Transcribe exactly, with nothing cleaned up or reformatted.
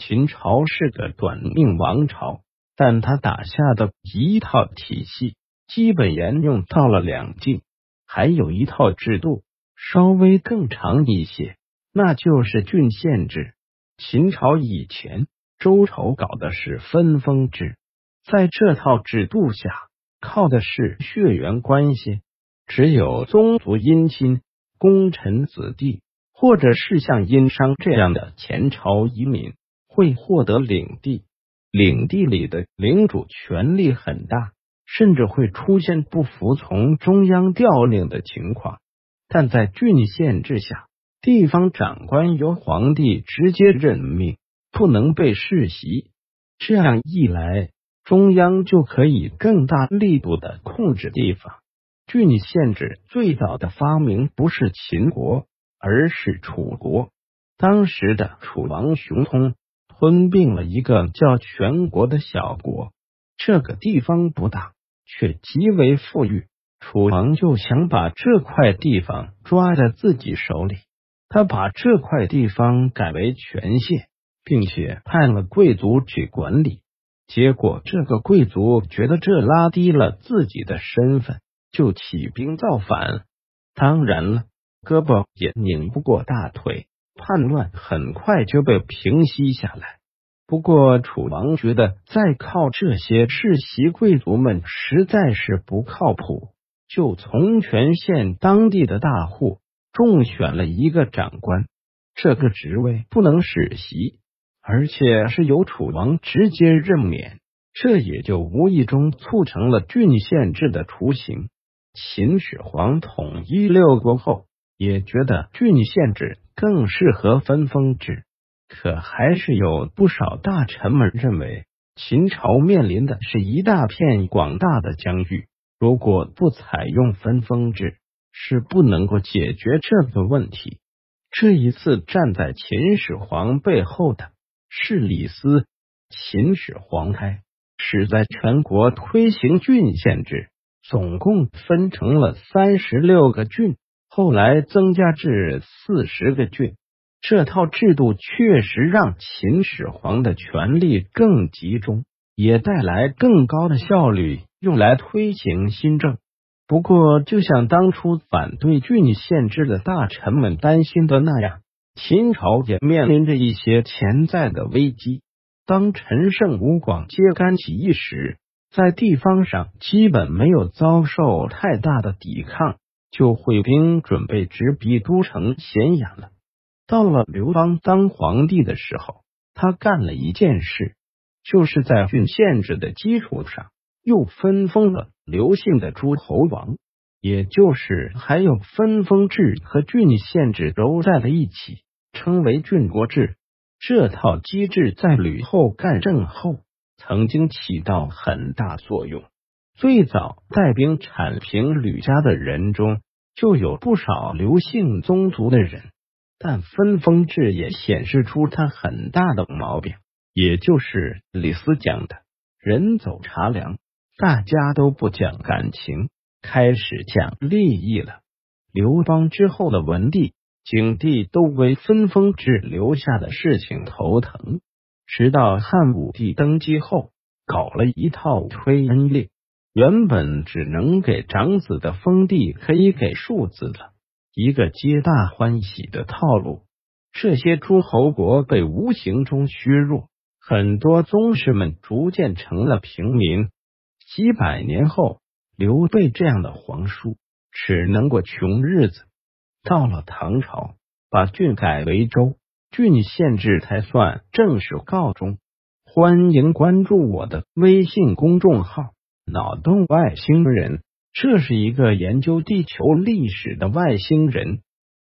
秦朝是个短命王朝，但他打下的一套体系基本沿用到了两晋，还有一套制度稍微更长一些，那就是郡县制。秦朝以前，周朝搞的是分封制，在这套制度下，靠的是血缘关系，只有宗族姻亲、功臣子弟，或者是像殷商这样的前朝遗民，会获得领地。领地里的领主权力很大，甚至会出现不服从中央调令的情况。但在郡县制下，地方长官由皇帝直接任命，不能被世袭。这样一来，中央就可以更大力度的控制地方。郡县制最早的发明不是秦国，而是楚国。当时的楚王熊通吞并了一个叫全国的小国，这个地方不大，却极为富裕。楚王就想把这块地方抓在自己手里，他把这块地方改为全县，并且派了贵族去管理。结果这个贵族觉得这拉低了自己的身份，就起兵造反。当然了，胳膊也拧不过大腿，叛乱很快就被平息下来。不过楚王觉得再靠这些世袭贵族们实在是不靠谱，就从全县当地的大户中选了一个长官。这个职位不能世袭，而且是由楚王直接任免，这也就无意中促成了郡县制的雏形。秦始皇统一六国后，也觉得郡县制更适合分封制，可还是有不少大臣们认为，秦朝面临的是一大片广大的疆域，如果不采用分封制，是不能够解决这个问题。这一次站在秦始皇背后的是李斯。秦始皇开始在全国推行郡县制，总共分成了三十六个郡，后来增加至四十个郡。这套制度确实让秦始皇的权力更集中，也带来更高的效率，用来推行新政。不过，就像当初反对郡县制的大臣们担心的那样，秦朝也面临着一些潜在的危机。当陈胜吴广揭竿起义时，在地方上基本没有遭受太大的抵抗，就会兵准备直逼都城咸阳了。到了刘邦当皇帝的时候，他干了一件事，就是在郡县制的基础上，又分封了刘姓的诸侯王，也就是还有分封制和郡县制揉在了一起，称为郡国制。这套机制在吕后干政后曾经起到很大作用。最早带兵铲平吕家的人中，就有不少刘姓宗族的人，但分封制也显示出他很大的毛病，也就是李斯讲的人走茶凉，大家都不讲感情，开始讲利益了。刘邦之后的文帝、景帝都为分封制留下的事情头疼，直到汉武帝登基后，搞了一套推恩令，原本只能给长子的封地可以给庶子了，一个皆大欢喜的套路。这些诸侯国被无形中削弱，很多宗室们逐渐成了平民。几百年后，刘备这样的皇叔只能过穷日子。到了唐朝，把郡改为州，郡县制才算正式告终。欢迎关注我的微信公众号脑洞外星人，这是一个研究地球历史的外星人。